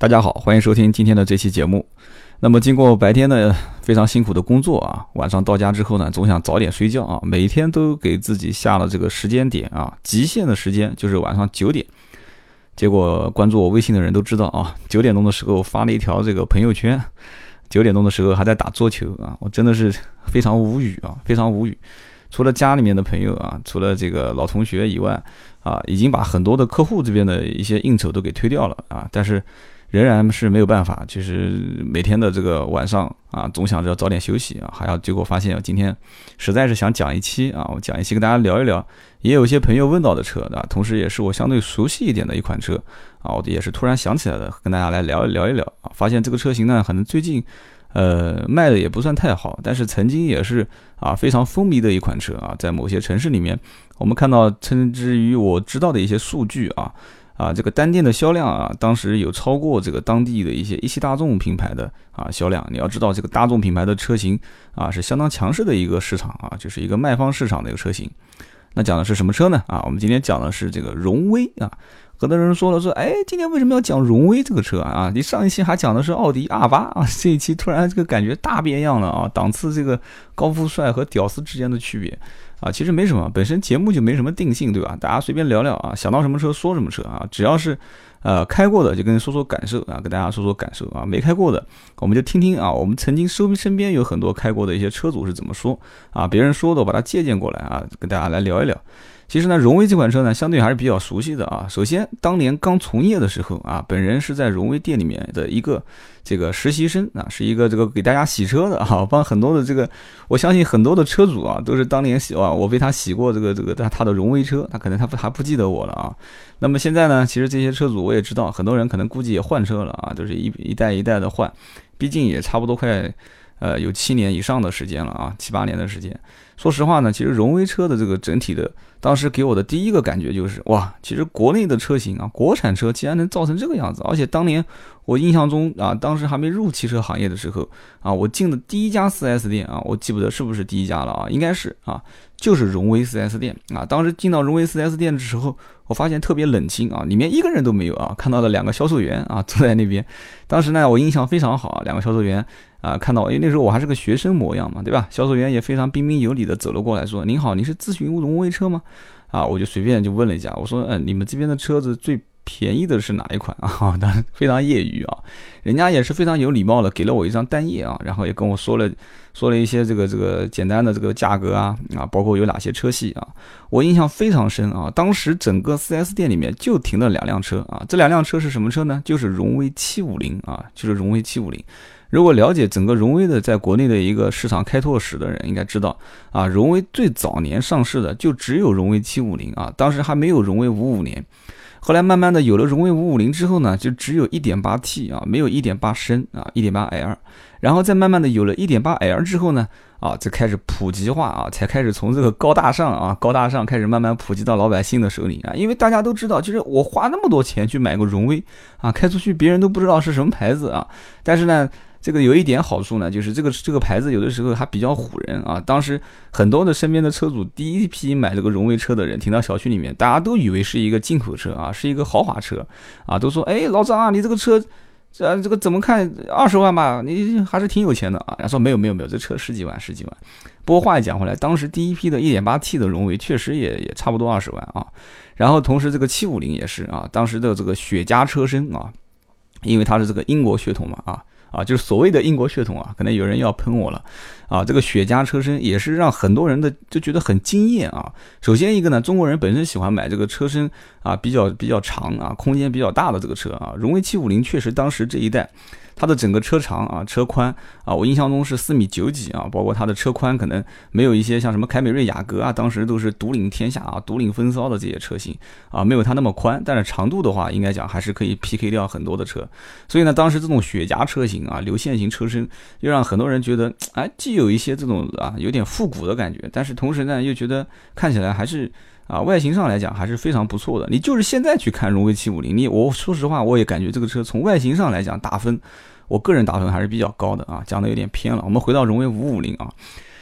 大家好，欢迎收听今天的这期节目。那么经过白天的非常辛苦的工作啊，晚上到家之后呢，总想早点睡觉啊，每天都给自己下了这个时间点啊，极限的时间就是晚上9点。结果关注我微信的人都知道啊，9点钟的时候发了一条这个朋友圈，9点钟的时候还在打桌球啊，我真的是非常无语啊，非常无语。除了家里面的朋友啊，除了这个老同学以外啊，已经把很多的客户这边的一些应酬都给推掉了啊，但是仍然是没有办法，就是每天的这个晚上啊，总想着早点休息啊，结果发现今天实在是想讲一期啊，我讲一期跟大家聊一聊，也有些朋友问到的车啊，同时也是我相对熟悉一点的一款车啊，我也是突然想起来的，跟大家来聊一聊啊，发现这个车型呢，可能最近卖的也不算太好，但是曾经也是啊非常风靡的一款车啊，在某些城市里面，我们看到甚至于我知道的一些数据啊，这个单店的销量啊，当时有超过这个当地的一些一汽大众品牌的啊销量。你要知道，这个大众品牌的车型啊是相当强势的一个市场啊，就是一个卖方市场的一个车型。那讲的是什么车呢？啊，我们今天讲的是这个荣威啊。很多人说了说，哎，今天为什么要讲荣威这个车啊？你上一期还讲的是奥迪 R8 啊，这一期突然这个感觉大变样了啊，档次这个高富帅和屌丝之间的区别。啊，其实没什么，本身节目就没什么定性，对吧？大家随便聊聊啊，想到什么车说什么车啊，只要是开过的就跟说说感受啊，跟大家说说感受啊，没开过的我们就听听啊，我们曾经身边有很多开过的一些车主是怎么说啊，别人说的我把它借鉴过来啊，跟大家来聊一聊。其实呢，荣威这款车呢，相对还是比较熟悉的啊。首先，当年刚从业的时候啊，本人是在荣威店里面的一个这个实习生啊，是一个这个给大家洗车的啊，帮很多的这个，我相信很多的车主啊，都是当年我为他洗过这个他的荣威车，他可能他还不记得我了啊。那么现在呢，其实这些车主我也知道，很多人可能估计也换车了啊，就是一代一代的换，毕竟也差不多快有7年以上的时间了啊，7、8年的时间。说实话呢，其实荣威车的这个整体的，当时给我的第一个感觉就是，哇，其实国内的车型啊，国产车竟然能造成这个样子。而且当年我印象中啊，当时还没入汽车行业的时候啊，我进的第一家 4S 店啊，我记不得是不是第一家了啊，应该是啊，就是荣威 4S 店啊。当时进到荣威 4S 店的时候，我发现特别冷清啊，里面一个人都没有啊，看到了2个销售员啊坐在那边。当时呢，我印象非常好啊，2个销售员啊，看到，因为那时候我还是个学生模样嘛，对吧？销售员也非常彬彬有礼的走了过来说：“您好，您是咨询荣威车吗？”啊，我就随便就问了一下，我说：“你们这边的车子最便宜的是哪一款啊？”当然非常业余啊，人家也是非常有礼貌的，给了我一张单页啊，然后也跟我说了一些这个简单的这个价格啊，包括有哪些车系啊，我印象非常深啊。当时整个 4S 店里面就停了2辆车啊，这2辆车是什么车呢？就是荣威750啊，就是荣威750。如果了解整个荣威的在国内的一个市场开拓史的人应该知道啊，荣威最早年上市的就只有荣威750啊，当时还没有荣威550年。后来慢慢的有了荣威550之后呢，就只有 1.8T 啊，没有 1.8升啊 1.8L， 然后再慢慢的有了 1.8L 之后呢啊，就开始普及化啊，才开始从这个高大上开始慢慢普及到老百姓的手里啊，因为大家都知道，就是我花那么多钱去买个荣威啊，开出去别人都不知道是什么牌子啊，但是呢这个有一点好处呢，就是这个牌子有的时候还比较唬人啊。当时很多的身边的车主，第一批买这个荣威车的人，停到小区里面，大家都以为是一个进口车啊，是一个豪华车啊，都说，哎，老张啊，你这个车，这个怎么看20万吧，你还是挺有钱的啊。然后说没有，这车十几万。不过话也讲回来，当时第一批的 1.8T 的荣威确实也差不多20万啊。然后同时这个750也是啊，当时的这个雪茄车身啊，因为它是这个英国血统嘛就是所谓的英国血统啊，可能有人要喷我了啊。这个雪茄车身也是让很多人的就觉得很惊艳啊。首先一个呢，中国人本身喜欢买这个车身啊比较长啊，空间比较大的这个车啊。荣威750确实当时这一代它的整个车长啊、车宽啊，我印象中是4.9米几啊，包括它的车宽可能没有一些像什么凯美瑞雅阁啊，当时都是独领天下啊、独领风骚的这些车型啊，没有它那么宽，但是长度的话，应该讲还是可以 PK 掉很多的车。所以呢，当时这种雪茄车型啊、流线型车身，又让很多人觉得，哎，既有一些这种啊有点复古的感觉，但是同时呢，又觉得看起来还是啊，外形上来讲还是非常不错的。你就是现在去看荣威750，我说实话，我也感觉这个车从外形上来讲打分，我个人打分还是比较高的啊，讲的有点偏了。我们回到荣威550啊，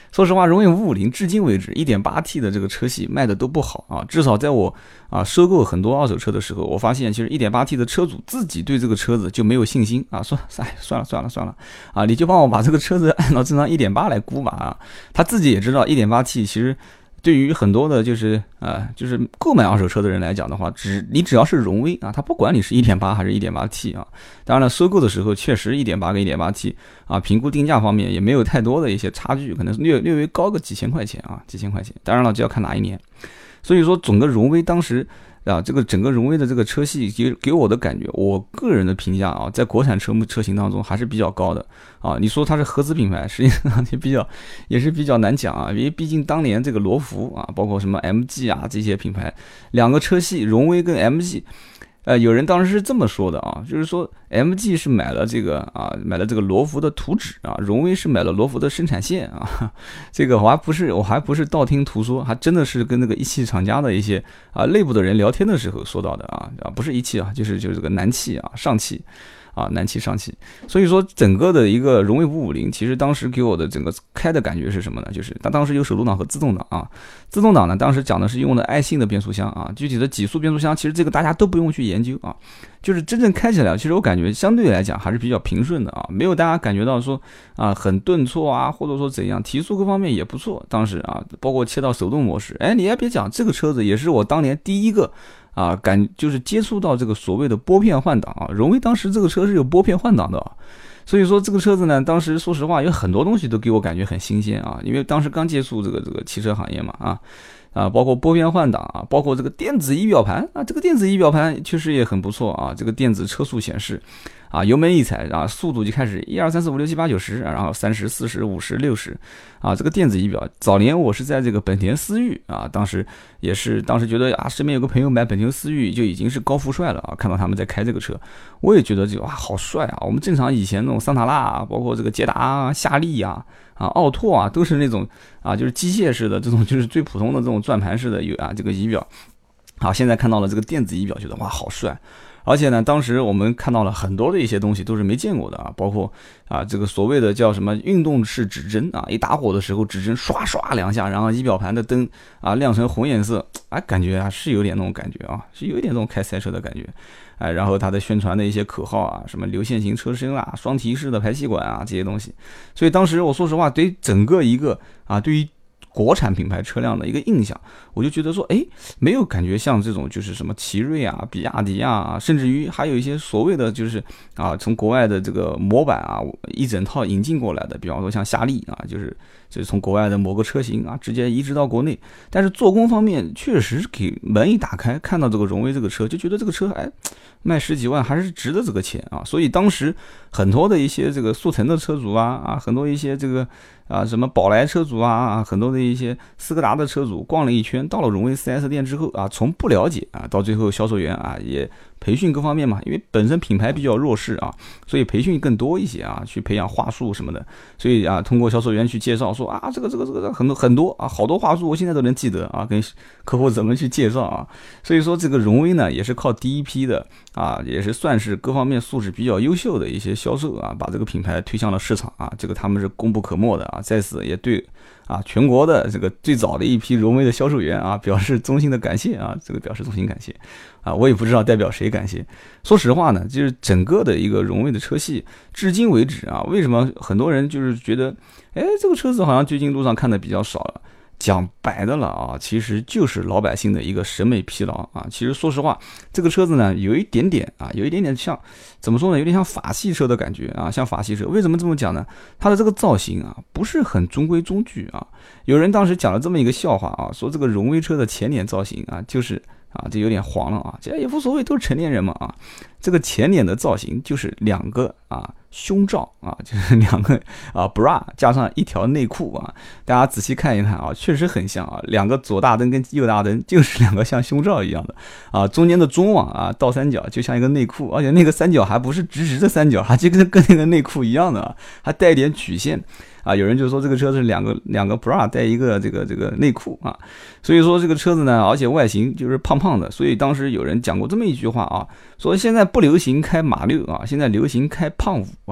说实话，荣威550至今为止 1.8T 的这个车系卖的都不好啊，至少在我收购很多二手车的时候，我发现其实 1.8T 的车主自己对这个车子就没有信心啊，算了啊，你就帮我把这个车子按照正常 1.8 来估吧啊，他自己也知道 1.8T 其实对于很多的就是购买二手车的人来讲的话，你只要是荣威啊，他不管你是 1.8 还是 1.8T 啊，当然了，收购的时候确实 1.8 跟 1.8T 啊，评估定价方面也没有太多的一些差距，可能略微高个几千块钱啊，几千块钱，当然了，就要看哪一年。所以说，整个荣威当时啊，这个整个荣威的这个车系给我的感觉，我个人的评价啊，在国产车型当中还是比较高的啊。你说它是合资品牌，实际上也是比较难讲啊，因为毕竟当年这个罗孚啊，包括什么 MG 啊这些品牌，两个车系荣威跟 MG。有人当时是这么说的啊，就是说 MG 是买了这个罗孚的图纸啊，荣威是买了罗孚的生产线啊，这个我还不是道听途说，还真的是跟那个一汽厂家的一些内部的人聊天的时候说到的啊，不是一汽啊，就是这个南汽啊，上汽。南汽上汽，所以说整个的一个荣威550，其实当时给我的整个开的感觉是什么呢？就是它当时有手动挡和自动挡啊，自动挡呢当时讲的是用的爱信的变速箱啊，具体的几速变速箱其实这个大家都不用去研究啊，就是真正开起来，其实我感觉相对来讲还是比较平顺的啊，没有大家感觉到说很顿挫啊，或者说怎样，提速各方面也不错，当时啊包括切到手动模式，你还别讲，这个车子也是我当年第一个。就是接触到这个所谓的拨片换挡啊，荣威当时这个车是有拨片换挡的啊，所以说这个车子呢，当时说实话有很多东西都给我感觉很新鲜啊，因为当时刚接触这个汽车行业嘛包括拨片换挡啊，包括这个电子仪表盘啊，这个电子仪表盘确实也很不错啊，这个电子车速显示啊，油门一踩啊，速度就开始1、2、3、4、5、6、7、8、9、10，然后30、40、50、60啊，这个电子仪表，早年我是在这个本田思域啊，当时觉得身边有个朋友买本田思域就已经是高富帅了啊，看到他们在开这个车，我也觉得就好帅啊，我们正常以前那种桑塔纳啊，包括这个捷达啊、夏利啊、奥拓啊，都是那种就是机械式的这种，就是最普通的这种转盘式的这个仪表，好，现在看到了这个电子仪表，觉得好帅。而且呢，当时我们看到了很多的一些东西都是没见过的啊，包括这个所谓的叫什么运动式指针啊，一打火的时候指针刷刷两下，然后仪表盘的灯亮成红颜色，感觉是有点那种感觉啊，是有一点那种开赛车的感觉，然后它的宣传的一些口号啊，什么流线型车身啊，双提式的排气管啊这些东西，所以当时我说实话，对于整个一个对于国产品牌车辆的一个印象，我就觉得说，没有感觉像这种就是什么奇瑞啊、比亚迪啊，甚至于还有一些所谓的就是从国外的这个模板一整套引进过来的，比方说像夏利就是从国外的某个车型直接移植到国内，但是做工方面确实给门一打开，看到这个荣威这个车，就觉得这个车卖10几万还是值得这个钱啊，所以当时很多的一些这个速腾的车主很多一些这个什么宝来车主很多的一些斯柯达的车主逛了一圈，到了荣威 4S 店之后从不了解到最后销售员也培训各方面嘛，因为本身品牌比较弱势所以培训更多一些去培养话术什么的，所以通过销售员去介绍说这个很多好多话术我现在都能记得跟客户怎么去介绍所以说这个荣威呢也是靠第一批的也是算是各方面素质比较优秀的一些销售把这个品牌推向了市场这个他们是功不可没的在此也对全国的这个最早的一批荣威的销售员表示衷心的感谢这个表示衷心感谢我也不知道代表谁感谢。说实话呢，就是整个的一个荣威的车系，至今为止为什么很多人就是觉得，这个车子好像最近路上看的比较少了？讲白的了其实就是老百姓的一个审美疲劳其实说实话，这个车子呢有一点点像怎么说呢，有点像法系车的感觉像法系车。为什么这么讲呢？它的这个造型不是很中规中矩有人当时讲了这么一个笑话说这个荣威车的前脸造型就是这有点黄了这也无所谓，都是成年人嘛这个前脸的造型就是两个胸罩就是两个bra 加上一条内裤大家仔细看一看确实很像两个左大灯跟右大灯就是两个像胸罩一样的中间的中网倒三角就像一个内裤，而且那个三角还不是直直的三角，还就跟那个内裤一样的还带一点曲线有人就说这个车是两个 bra 带一个这个内裤所以说这个车子呢，而且外形就是胖胖的，所以当时有人讲过这么一句话说现在不流行开马六现在流行开胖五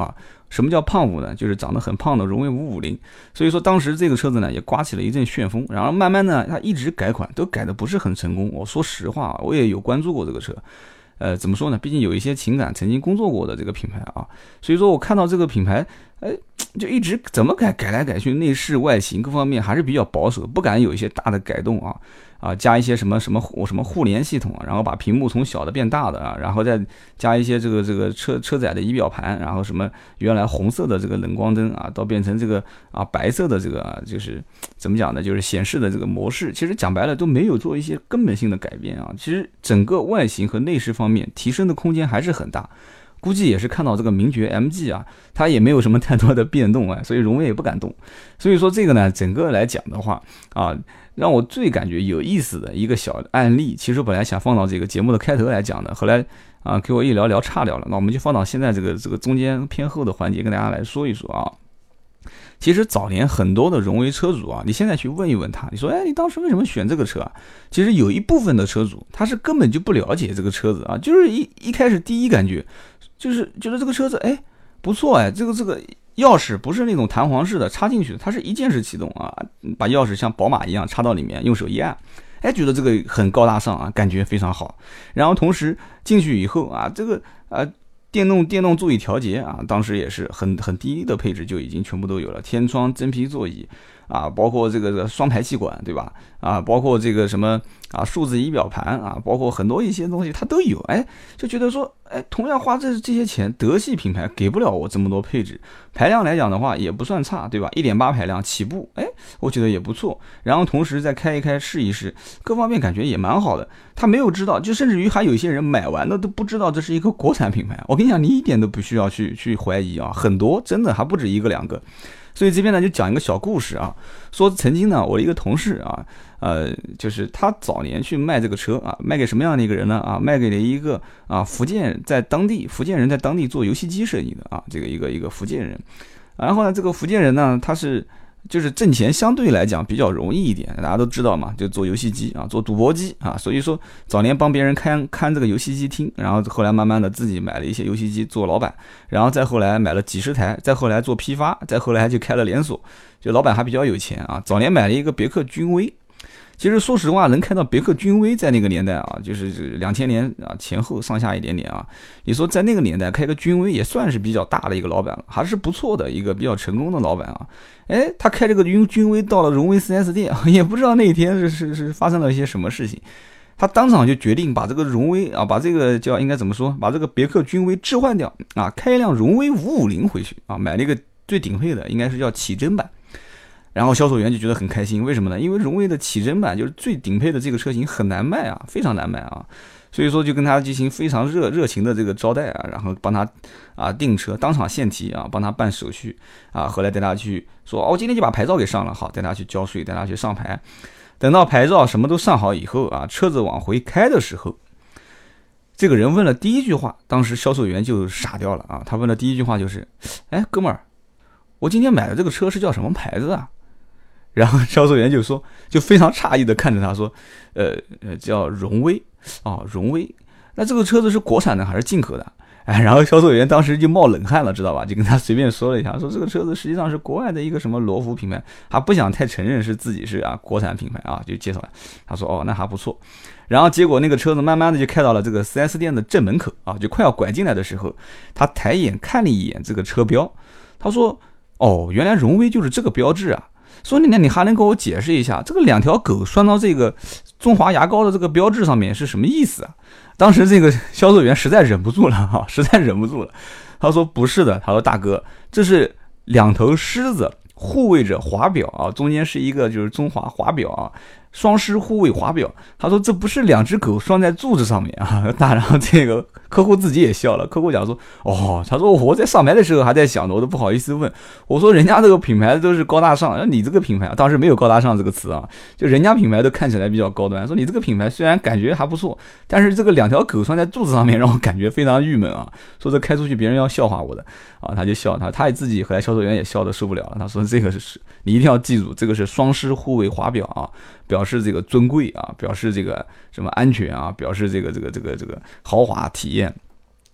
什么叫胖五呢？就是长得很胖的荣威550。所以说当时这个车子呢也刮起了一阵旋风，然后慢慢呢它一直改款，都改的不是很成功。我说实话，我也有关注过这个车。怎么说呢？毕竟有一些情感，曾经工作过的这个品牌啊，所以说我看到这个品牌，就一直怎么改来改去，内饰外形各方面还是比较保守，不敢有一些大的改动加一些什么互联系统啊，然后把屏幕从小的变大的啊，然后再加一些这个车载的仪表盘，然后什么原来红色的这个冷光灯啊，到变成这个白色的这个就是怎么讲呢？就是显示的这个模式，其实讲白了都没有做一些根本性的改变啊。其实整个外形和内饰方面提升的空间还是很大。估计也是看到这个名爵 MG 啊，它也没有什么太多的变动所以荣威也不敢动。所以说这个呢，整个来讲的话让我最感觉有意思的一个小案例，其实本来想放到这个节目的开头来讲的，后来给我一聊岔掉了，那我们就放到现在这个中间偏后的环节跟大家来说一说啊。其实早年很多的荣威车主你现在去问一问他，你说你当时为什么选这个车其实有一部分的车主他是根本就不了解这个车子就是一开始第一感觉就是觉得这个车子不错这个钥匙不是那种弹簧式的插进去的，它是一键式启动把钥匙像宝马一样插到里面，用手一按，觉得这个很高大上感觉非常好。然后同时进去以后这个电动座椅调节当时也是很低的配置就已经全部都有了，天窗、真皮座椅包括这个双排气管，对吧？包括这个什么数字仪表盘包括很多一些东西它都有，就觉得说，同样花这些钱，德系品牌给不了我这么多配置，排量来讲的话也不算差，对吧？1.8排量起步，我觉得也不错。然后同时再开一开试一试，各方面感觉也蛮好的。他没有知道，就甚至于还有一些人买完的都不知道这是一个国产品牌。我跟你讲，你一点都不需要去怀疑很多真的还不止一个两个。所以这边呢就讲一个小故事说曾经呢我的一个同事就是他早年去卖这个车卖给什么样的一个人呢卖给了一个福建人在当地做游戏机设计的这个一个福建人。然后呢这个福建人呢他是就是挣钱相对来讲比较容易一点，大家都知道嘛，就做游戏机做赌博机所以说早年帮别人看这个游戏机厅，然后后来慢慢的自己买了一些游戏机做老板，然后再后来买了几十台，再后来做批发，再后来就开了连锁，就老板还比较有钱早年买了一个别克君威。其实说实话，能看到别克君威在那个年代就是2000年前后上下一点点你说在那个年代开个君威也算是比较大的一个老板了，还是不错的一个比较成功的老板他开这个君威到了荣威 4S 店也不知道那一天是发生了一些什么事情，他当场就决定把这个荣威把这个叫应该怎么说，把这个别克君威置换掉开一辆荣威550回去买了一个最顶配的，应该是叫起征版。然后销售员就觉得很开心，为什么呢？因为荣威的起征版就是最顶配的这个车型很难卖非常难卖所以说就跟他进行非常热情的这个招待然后帮他订车，当场现提帮他办手续后来带他去说今天就把牌照给上了，好，带他去交税，带他去上牌。等到牌照什么都上好以后车子往回开的时候，这个人问了第一句话，当时销售员就傻掉了他问的第一句话就是哥们儿，我今天买的这个车是叫什么牌子然后销售员就非常诧异的看着他说叫荣威荣威，那这个车子是国产的还是进口的？然后销售员当时就冒冷汗了，知道吧？就跟他随便说了一下，说这个车子实际上是国外的一个什么罗孚品牌，还不想太承认是自己是国产品牌就介绍了。他说那还不错。然后结果那个车子慢慢的就开到了这个 4S 店的正门口就快要拐进来的时候，他抬眼看了一眼这个车标，他说原来荣威就是这个标志说你还能给我解释一下这个2条狗拴到这个中华牙膏的这个标志上面是什么意思当时这个销售员实在忍不住了实在忍不住了。他说不是的，他说大哥，这是2头狮子护卫着华表中间是一个就是中华华表双狮护卫华表。他说这不是2只狗拴在柱子上面然后这个客户自己也笑了，客户讲说他说我在上牌的时候还在想的，我都不好意思问，我说人家这个品牌都是高大上，你这个品牌当时没有高大上这个词就人家品牌都看起来比较高端，说你这个品牌虽然感觉还不错，但是这个2条狗拴在柱子上面让我感觉非常郁闷说这开出去别人要笑话我的他就笑他也自己后来销售员也笑得受不了了，他说这个是你一定要记住，这个是双狮护卫华表表示这个尊贵表示这个什么安全表示这个豪华体验。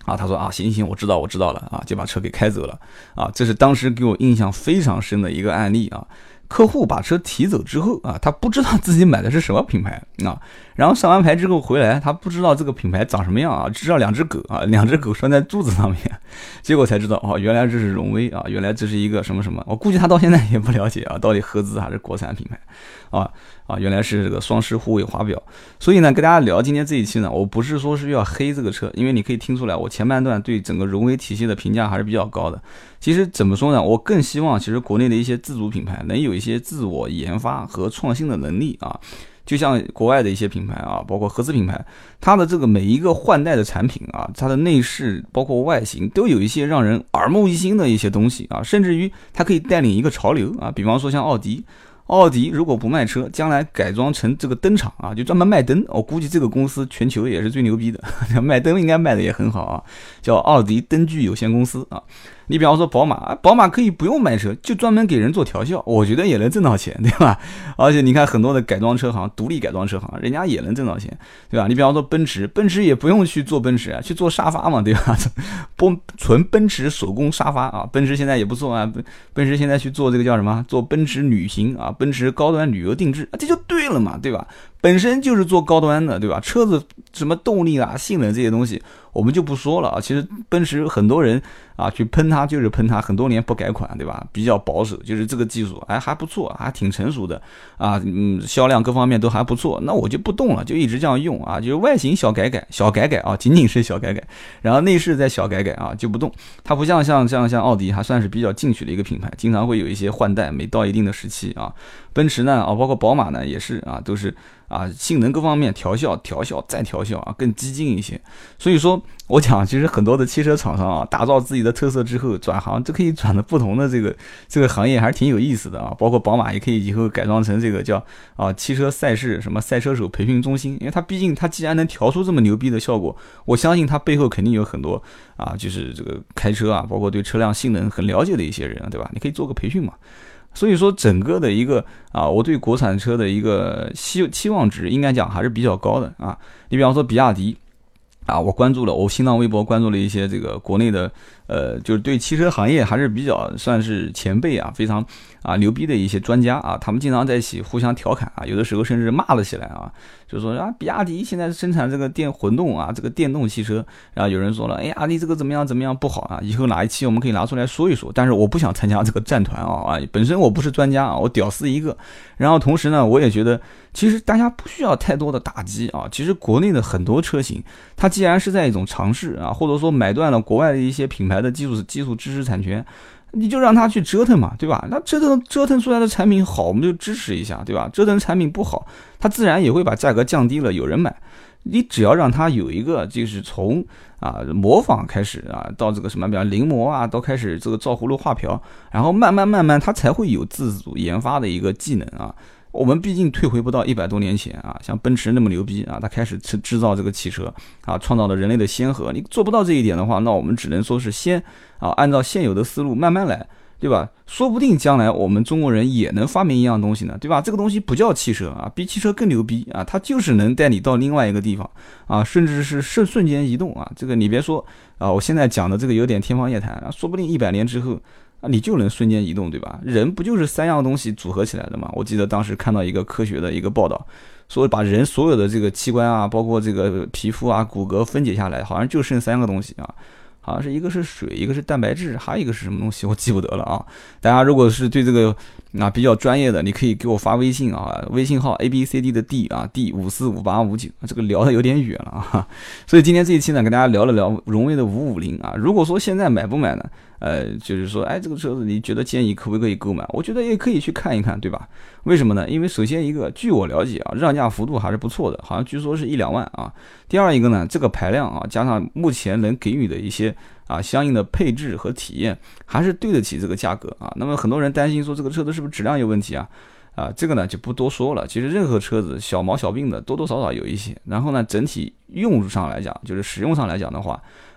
啊，他说啊，行行，我知道了啊，就把车给开走了啊。这是当时给我印象非常深的一个案例啊。客户把车提走之后啊，他不知道自己买的是什么品牌啊，然后上完牌之后回来，他不知道这个品牌长什么样啊，只知道两只狗啊，两只狗拴在柱子上面，结果才知道哦，原来这是荣威啊，原来这是一个什么什么，我估计他到现在也不了解啊，到底合资还是国产品牌啊，原来是这个双狮护卫华表。所以呢，跟大家聊今天这一期呢，我不是说是要黑这个车，因为你可以听出来，我前半段对整个荣威体系的评价还是比较高的。其实怎么说呢，我更希望其实国内的一些自主品牌能有一些自我研发和创新的能力啊。就像国外的一些品牌啊，包括合资品牌，它的这个每一个换代的产品啊，它的内饰包括外形都有一些让人耳目一新的一些东西啊，甚至于它可以带领一个潮流啊。比方说像奥迪如果不卖车，将来改装成这个灯厂啊，就专门卖灯，我估计这个公司全球也是最牛逼的，卖灯应该卖的也很好啊，叫奥迪灯具有限公司啊。你比方说宝马可以不用卖车，就专门给人做调校，我觉得也能挣到钱，对吧？而且你看很多的改装车行，独立改装车行，人家也能挣到钱，对吧？你比方说奔驰也不用去做奔驰啊，去做沙发嘛，对吧？纯奔驰手工沙发啊，奔驰现在也不做啊，奔驰现在去做这个叫什么？做奔驰旅行啊，奔驰高端旅游定制啊，这就对了嘛，对吧？本身就是做高端的，对吧？车子什么动力啊、性能这些东西我们就不说了啊。其实奔驰很多人啊去喷它，就是喷它很多年不改款，对吧？比较保守，就是这个技术还不错，还挺成熟的啊，销量各方面都还不错。那我就不动了，就一直这样用啊，就是外形小改改啊，仅仅是小改改，然后内饰再小改改啊，就不动。它不像奥迪还算是比较进取的一个品牌，经常会有一些换代，每到一定的时期啊。奔驰呢包括宝马呢也是啊，都是啊性能各方面调校再调校啊，更激进一些。所以说我讲，其实很多的汽车厂商啊，打造自己的特色之后转行，这可以转的不同的这个行业，还是挺有意思的啊。包括宝马也可以以后改装成这个叫汽车赛事什么赛车手培训中心，因为它毕竟它既然能调出这么牛逼的效果，我相信它背后肯定有很多啊，就是这个开车啊，包括对车辆性能很了解的一些人，对吧？你可以做个培训嘛。所以说整个的一个我对国产车的一个期望值应该讲还是比较高的啊。你比方说比亚迪啊，我新浪微博关注了一些这个国内的就是对汽车行业还是比较算是前辈啊，非常牛逼的一些专家啊，他们经常在一起互相调侃啊，有的时候甚至骂了起来啊，就说啊比亚迪现在生产这个混动啊，这个电动汽车，然后有人说了，哎呀你这个怎么样不好啊，以后哪一期我们可以拿出来说一说，但是我不想参加这个战团啊，本身我不是专家啊，我屌丝一个，然后同时呢，我也觉得其实大家不需要太多的打击啊，其实国内的很多车型，它既然是在一种尝试啊，或者说买断了国外的一些品牌的技术知识产权，你就让他去折腾嘛，对吧？那折腾出来的产品好，我们就支持一下，对吧？折腾产品不好，他自然也会把价格降低了，有人买。你只要让他有一个，就是从模仿开始啊，到这个什么，比方临摹啊，到开始这个照葫芦画瓢，然后慢慢，他才会有自主研发的一个技能啊。我们毕竟退回不到100多年前啊，像奔驰那么牛逼啊，他开始制造这个汽车啊，创造了人类的先河。你做不到这一点的话，那我们只能说是先按照现有的思路慢慢来，对吧？说不定将来我们中国人也能发明一样东西呢，对吧？这个东西不叫汽车啊，比汽车更牛逼啊，它就是能带你到另外一个地方啊，甚至是瞬间移动啊。这个你别说啊，我现在讲的这个有点天方夜谭啊，说不定100年之后你就能瞬间移动，对吧？人不就是3样东西组合起来的吗？我记得当时看到一个科学的一个报道，说把人所有的这个器官啊，包括这个皮肤啊、骨骼分解下来，好像就剩3个东西啊，好像是一个是水，一个是蛋白质，还有一个是什么东西，我记不得了啊。大家如果是对这个比较专业的，你可以给我发微信啊，微信号 ABCD 的 D 啊 D545859，这个聊的有点远了啊。所以今天这一期呢，跟大家聊了聊荣威的550啊。如果说现在买不买呢？就是说，这个车子你觉得建议可不可以购买？我觉得也可以去看一看，对吧？为什么呢？因为首先一个，据我了解啊，让价幅度还是不错的，好像据说是1-2万啊。第二一个呢，这个排量啊，加上目前能给予的一些相应的配置和体验，还是对得起这个价格啊。那么很多人担心说这个车子是不是质量有问题啊？这个呢就不多说了。其实任何车子小毛小病的多多少少有一些。然后呢，整体用上来讲，就是使用上来讲的话，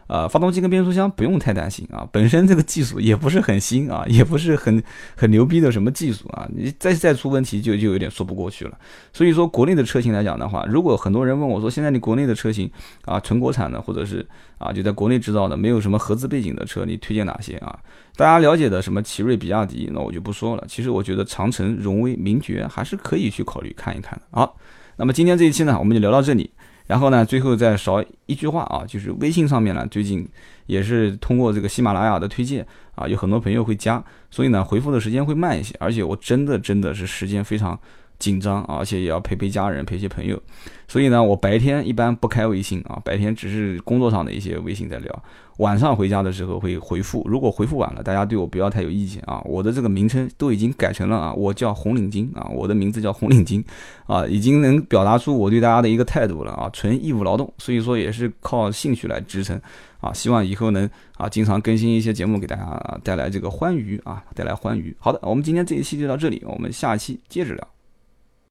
发动机跟变速箱不用太担心啊，本身这个技术也不是很新啊，也不是很牛逼的什么技术啊，你再出问题就有点说不过去了。所以说国内的车型来讲的话，如果很多人问我说，现在你国内的车型啊，纯国产的或者是啊就在国内制造的，没有什么合资背景的车，你推荐哪些啊？大家了解的什么奇瑞、比亚迪，那我就不说了。其实我觉得长城、荣威、名爵还是可以去考虑看一看的。好，那么今天这一期呢，我们就聊到这里。然后呢，最后再少一句话啊，就是微信上面呢，最近也是通过这个喜马拉雅的推荐啊，有很多朋友会加，所以呢，回复的时间会慢一些，而且我真的是时间非常紧张，而且也要陪家人、陪些朋友，所以呢，我白天一般不开微信啊，白天只是工作上的一些微信在聊，晚上回家的时候会回复，如果回复晚了，大家对我不要太有意见啊，我的这个名称都已经改成了啊，我叫红领巾啊，我的名字叫红领巾啊，已经能表达出我对大家的一个态度了啊，纯义务劳动，所以说也是靠兴趣来支撑啊，希望以后能啊经常更新一些节目给大家带来这个欢愉啊，带来欢愉。好的，我们今天这一期就到这里，我们下期接着聊。